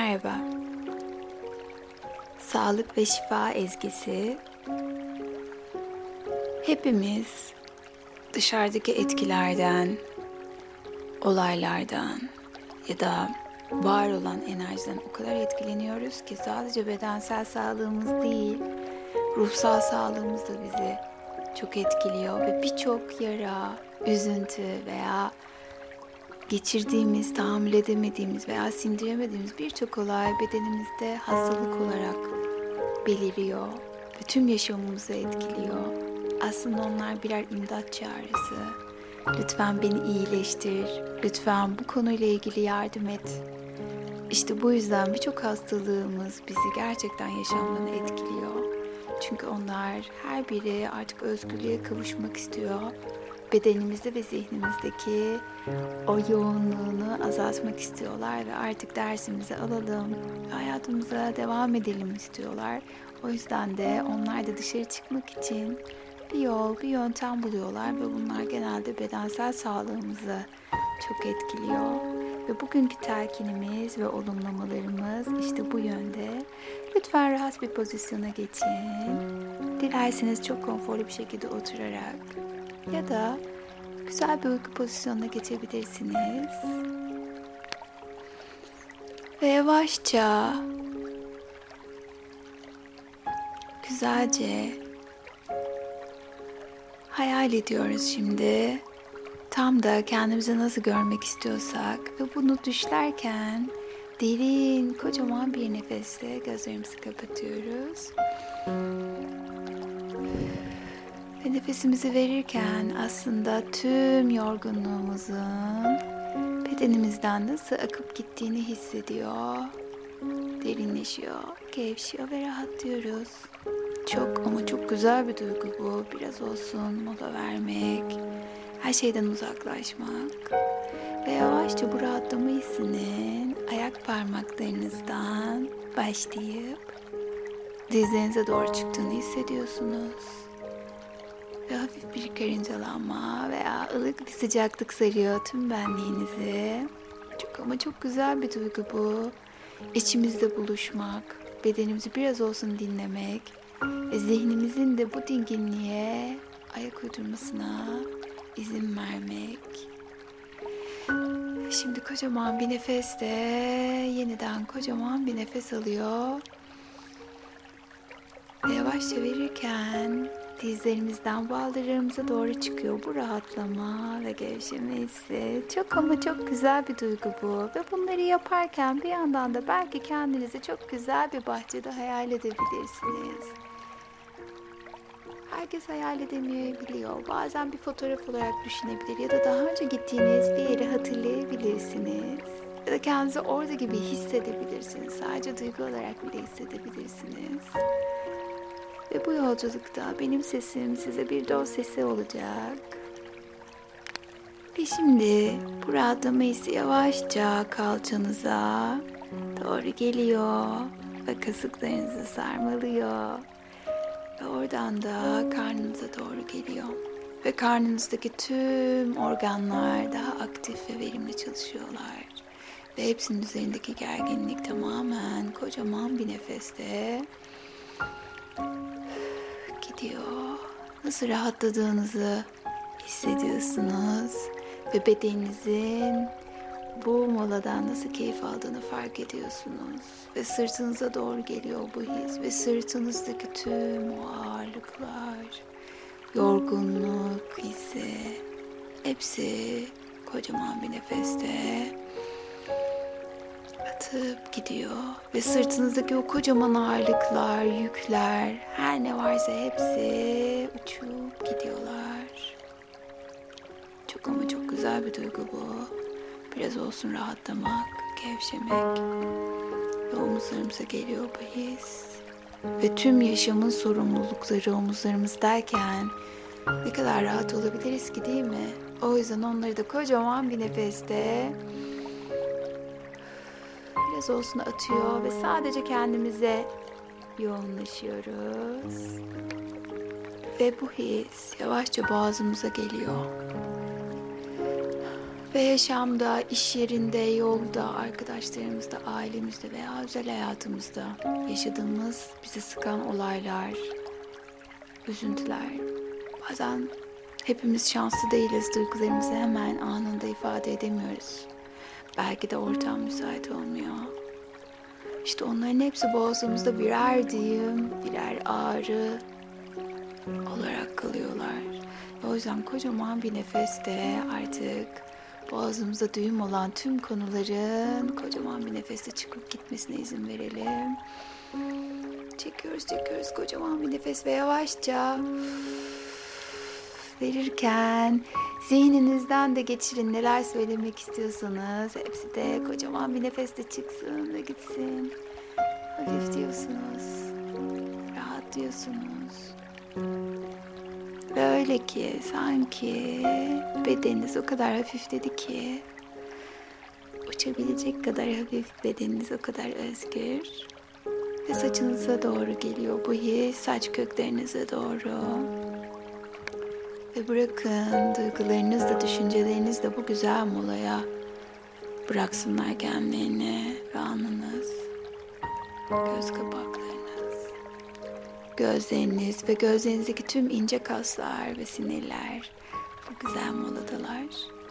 Merhaba. Sağlık ve şifa ezgisi. Hepimiz dışarıdaki etkilerden, olaylardan ya da var olan enerjiden o kadar etkileniyoruz ki sadece bedensel sağlığımız değil, ruhsal sağlığımız da bizi çok etkiliyor ve birçok yara, üzüntü veya geçirdiğimiz, tahammül edemediğimiz veya sindiremediğimiz birçok olay bedenimizde hastalık olarak beliriyor ve tüm yaşamımızı etkiliyor. Aslında onlar birer imdat çağrısı. Lütfen beni iyileştir, lütfen bu konuyla ilgili yardım et. İşte bu yüzden birçok hastalığımız bizi gerçekten yaşamdan etkiliyor. Çünkü onlar her biri artık özgürlüğe kavuşmak istiyor. Bedenimizde ve zihnimizdeki o yoğunluğunu azaltmak istiyorlar ve artık dersimizi alalım ve hayatımıza devam edelim istiyorlar. O yüzden de onlar da dışarı çıkmak için bir yol, bir yöntem buluyorlar ve bunlar genelde bedensel sağlığımızı çok etkiliyor. Ve bugünkü telkinimiz ve olumlamalarımız işte bu yönde. Lütfen rahat bir pozisyona geçin. Dilerseniz çok konforlu bir şekilde oturarak ya da güzel bir uyku pozisyonuna geçebilirsiniz. Ve yavaşça, güzelce hayal ediyoruz şimdi. Tam da kendimizi nasıl görmek istiyorsak ve bunu düşlerken derin, kocaman bir nefesle gözlerimizi kapatıyoruz. Ve nefesimizi verirken aslında tüm yorgunluğumuzun bedenimizden nasıl akıp gittiğini hissediyor. Derinleşiyor, gevşiyor ve rahatlıyoruz. Çok ama çok güzel bir duygu bu. Biraz olsun mola vermek, her şeyden uzaklaşmak ve yavaşça bu rahatlama hissinin ayak parmaklarınızdan başlayıp dizlerinize doğru çıktığını hissediyorsunuz. Ve hafif bir karıncalanma veya ılık bir sıcaklık sarıyor tüm benliğinizi. Çok ama çok güzel bir duygu bu. İçimizde buluşmak, bedenimizi biraz olsun dinlemek ve zihnimizin de bu dinginliğe ayak uydurmasına izin vermek. Şimdi kocaman bir nefesle yeniden kocaman bir nefes alıyor. Ve yavaşça verirken dizlerimizden baldırlarımıza doğru çıkıyor bu rahatlama ve gevşeme hissi. Çok ama çok güzel bir duygu bu. Ve bunları yaparken bir yandan da belki kendinizi çok güzel bir bahçede hayal edebilirsiniz. Herkes hayal edemeyebiliyor. Bazen bir fotoğraf olarak düşünebilir ya da daha önce gittiğiniz bir yeri hatırlayabilirsiniz. Ya da kendinizi orada gibi hissedebilirsiniz. Sadece duygu olarak bile hissedebilirsiniz. Ve bu yolculukta benim sesim size bir dost sesi olacak. Ve şimdi bu rahatlama hissi yavaşça kalçanıza doğru geliyor ve kasıklarınızı sarmalıyor. Ve oradan da karnınıza doğru geliyor. Ve karnınızdaki tüm organlar daha aktif ve verimli çalışıyorlar. Ve hepsinin üzerindeki gerginlik tamamen kocaman bir nefeste gidiyor. Nasıl rahatladığınızı hissediyorsunuz. Ve bedeninizin bu moladan nasıl keyif aldığını fark ediyorsunuz. Ve sırtınıza doğru geliyor bu his. Ve sırtınızdaki tüm o ağırlıklar, yorgunluk hissi, hepsi kocaman bir nefeste atıp gidiyor. Ve sırtınızdaki o kocaman ağırlıklar, yükler, her ne varsa hepsi uçup gidiyorlar. Çok ama çok güzel bir duygu bu. Biraz olsun rahatlamak, gevşemek ve omuzlarımıza geliyor bu his. Ve tüm yaşamın sorumlulukları omuzlarımızdayken ne kadar rahat olabiliriz ki, değil mi? O yüzden onları da kocaman bir nefeste biraz olsun atıyor ve sadece kendimize yoğunlaşıyoruz. Ve bu his yavaşça boğazımıza geliyor. Ve yaşamda, iş yerinde, yolda, arkadaşlarımızda, ailemizde veya özel hayatımızda yaşadığımız, bizi sıkan olaylar, üzüntüler. Bazen hepimiz şanslı değiliz, duygularımızı hemen anında ifade edemiyoruz. Belki de ortam müsait olmuyor. İşte onların hepsi boğazımızda birer düğüm, birer ağrı olarak kalıyorlar. O yüzden kocaman bir nefeste artık boğazımızda düğüm olan tüm konuların kocaman bir nefeste çıkıp gitmesine izin verelim. Çekiyoruz kocaman bir nefes ve yavaşça verirken zihninizden de geçirin neler söylemek istiyorsanız. Hepsi de kocaman bir nefeste çıksın ve gitsin. Hafifliyorsunuz, rahatlıyorsunuz. Ve öyle ki sanki bedeniniz o kadar hafifledi ki uçabilecek kadar hafif, bedeniniz o kadar özgür. Ve saçınıza doğru geliyor bu his, saç köklerinize doğru. Ve bırakın duygularınız da düşünceleriniz de bu güzel molaya bıraksınlar genlerini ve alnınız, göz kapaklarınız, gözleriniz ve gözlerinizdeki tüm ince kaslar ve sinirler bu güzel moladalar.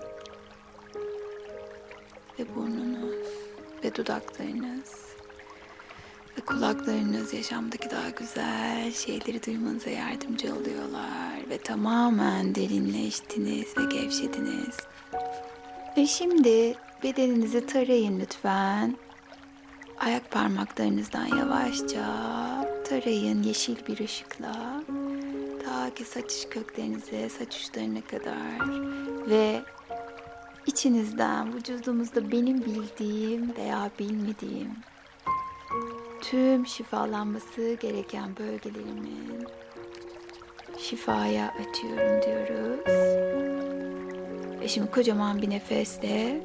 Ve burnunuz ve dudaklarınız ve kulaklarınız yaşamdaki daha güzel şeyleri duymanıza yardımcı oluyorlar. Ve tamamen derinleştiniz ve gevşediniz. Ve şimdi bedeninizi tarayın lütfen. Ayak parmaklarınızdan yavaşça tarayın yeşil bir ışıkla. Ta ki saç köklerinize, saç uçlarına kadar. Ve içinizden, vücudumuzda benim bildiğim veya bilmediğim tüm şifalanması gereken bölgelerimin şifaya açıyorum diyoruz. Ve şimdi kocaman bir nefesle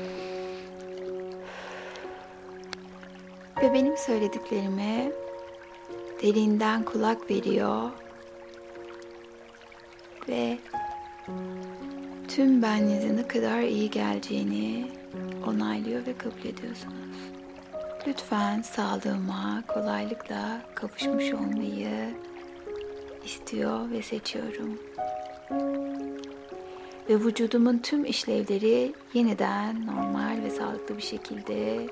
ve benim söylediklerime derinden kulak veriyor ve tüm benliğinize ne kadar iyi geleceğini onaylıyor ve kabul ediyorsunuz. Lütfen sağlığıma kolaylıkla kavuşmuş olmayı istiyor ve seçiyorum. Ve vücudumun tüm işlevleri yeniden normal ve sağlıklı bir şekilde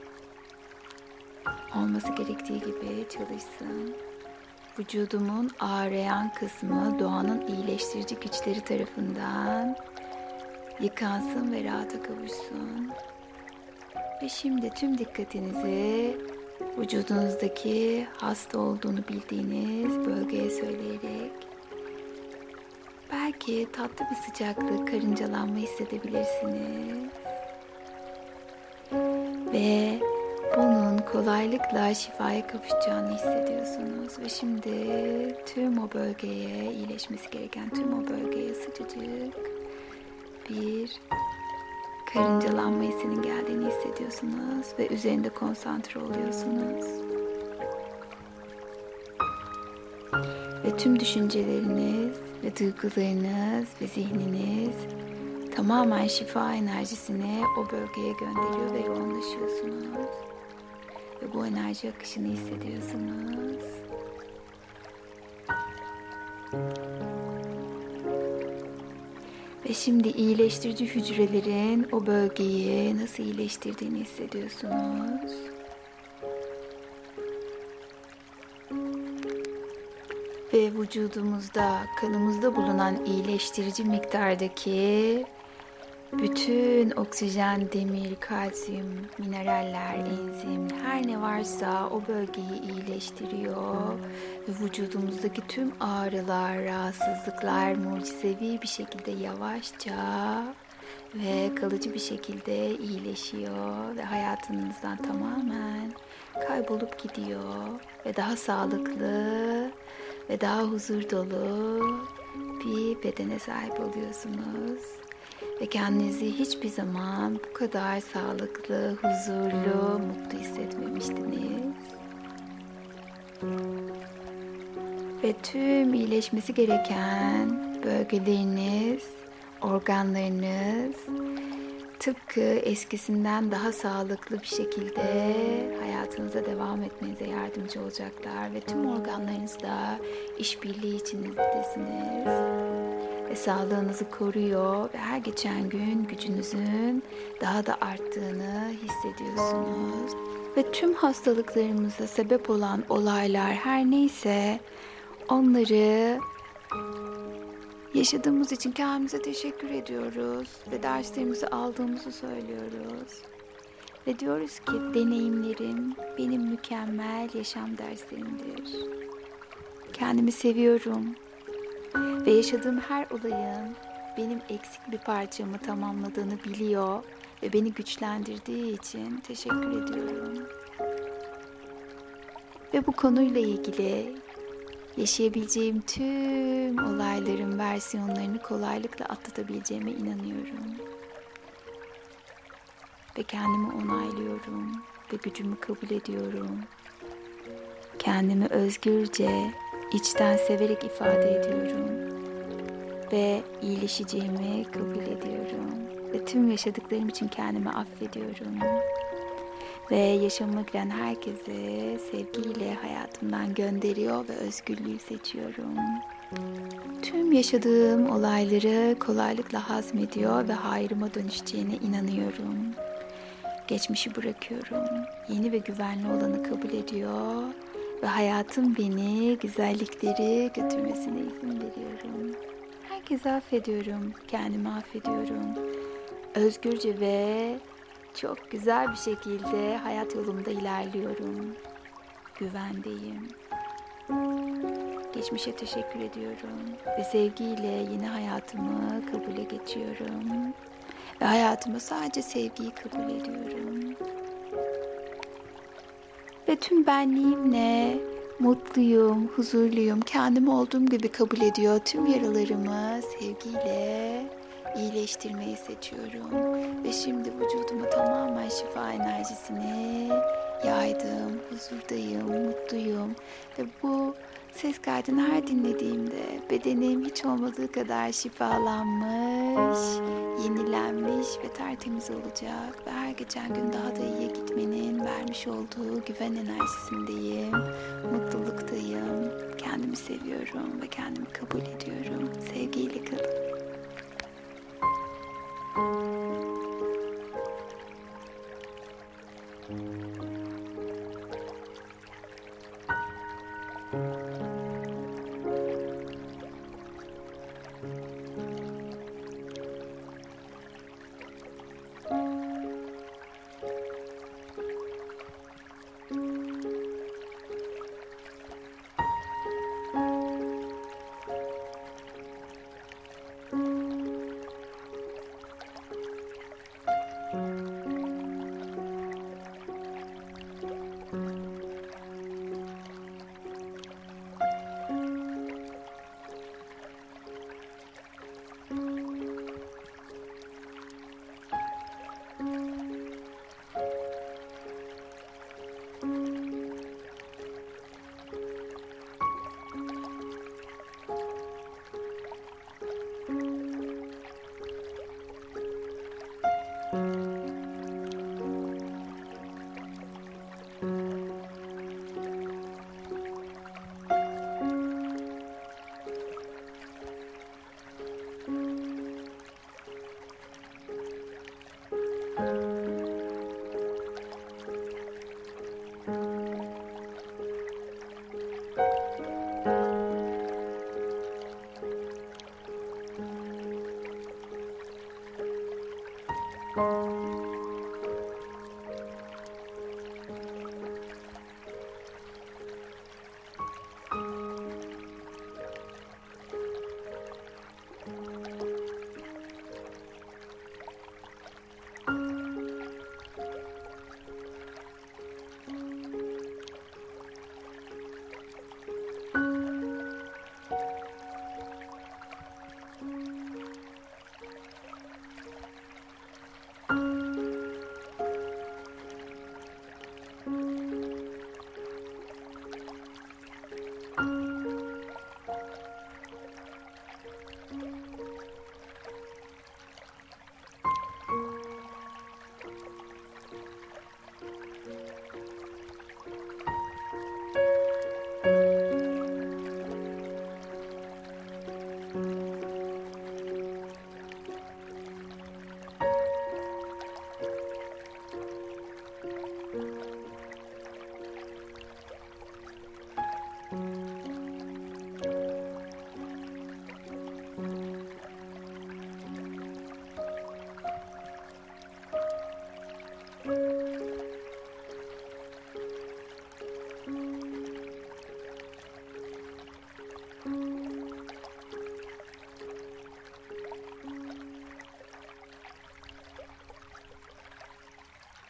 olması gerektiği gibi çalışsın. Vücudumun ağrıyan kısmı doğanın iyileştirici güçleri tarafından yıkansın ve rahata kavuşsun. Ve şimdi tüm dikkatinizi vücudunuzdaki hasta olduğunu bildiğiniz bölgeye söyleyerek belki tatlı bir sıcaklık, karıncalanma hissedebilirsiniz. Ve bunun kolaylıkla şifaya kavuşacağını hissediyorsunuz. Ve şimdi tüm o bölgeye, iyileşmesi gereken tüm o bölgeye sıcacık bir karıncalanma hissinin geldiğini hissediyorsunuz ve üzerinde konsantre oluyorsunuz. Ve tüm düşünceleriniz ve duygularınız ve zihniniz tamamen şifa enerjisini o bölgeye gönderiyor ve yoğunlaşıyorsunuz. Ve bu enerji akışını hissediyorsunuz. Ve şimdi iyileştirici hücrelerin o bölgeyi nasıl iyileştirdiğini hissediyorsunuz. Ve vücudumuzda, kanımızda bulunan iyileştirici miktardaki bütün oksijen, demir, kalsiyum, mineraller, enzim, her ne varsa o bölgeyi iyileştiriyor. Ve vücudumuzdaki tüm ağrılar, rahatsızlıklar mucizevi bir şekilde yavaşça ve kalıcı bir şekilde iyileşiyor. Ve hayatınızdan tamamen kaybolup gidiyor. Ve daha sağlıklı ve daha huzur dolu bir bedene sahip oluyorsunuz. Ve kendinizi hiçbir zaman bu kadar sağlıklı, huzurlu, mutlu hissetmemiştiniz. Ve tüm iyileşmesi gereken bölgeleriniz, organlarınız tıpkı eskisinden daha sağlıklı bir şekilde hayatınıza devam etmenize yardımcı olacaklar ve tüm organlarınızla işbirliği içindesiniz ve sağlığınızı koruyor ve her geçen gün gücünüzün daha da arttığını hissediyorsunuz ve tüm hastalıklarımıza sebep olan olaylar her neyse onları yaşadığımız için kendimize teşekkür ediyoruz ve derslerimizi aldığımızı söylüyoruz. Ve diyoruz ki deneyimlerim benim mükemmel yaşam derslerimdir. Kendimi seviyorum ve yaşadığım her olayın benim eksik bir parçamı tamamladığını biliyor ve beni güçlendirdiği için teşekkür ediyorum. Ve bu konuyla ilgili yaşayabileceğim tüm olayların versiyonlarını kolaylıkla atlatabileceğime inanıyorum. Ve kendimi onaylıyorum ve gücümü kabul ediyorum. Kendimi özgürce, içten severek ifade ediyorum. Ve iyileşeceğimi kabul ediyorum. Ve tüm yaşadıklarım için kendimi affediyorum. Ve yaşamıma giren herkese sevgiyle hayatımdan gönderiyor ve özgürlüğü seçiyorum. Tüm yaşadığım olayları kolaylıkla hazmediyor ve hayrıma dönüşeceğine inanıyorum. Geçmişi bırakıyorum. Yeni ve güvenli olanı kabul ediyor ve hayatım beni güzellikleri götürmesine izin veriyorum. Herkesi affediyorum, kendimi affediyorum. Özgürce ve çok güzel bir şekilde hayat yolumda ilerliyorum. Güvendeyim. Geçmişe teşekkür ediyorum ve sevgiyle yeni hayatımı kabule geçiyorum. Ve hayatıma sadece sevgiyi kabul ediyorum. Ve tüm benliğimle mutluyum, huzurluyum, kendimi olduğum gibi kabul ediyor. Tüm yaralarımı sevgiyle iyileştirmeyi seçiyorum. Ve şimdi vücuduma tamamen şifa enerjisini yaydım. Huzurdayım, mutluyum. Ve bu ses kaydını her dinlediğimde bedenim hiç olmadığı kadar şifalanmış, yenilenmiş ve tertemiz olacak. Ve her geçen gün daha da iyiye gitmenin vermiş olduğu güven enerjisindeyim, mutluluktayım. Kendimi seviyorum ve kendimi kabul ediyorum. Sevgiyle kalın.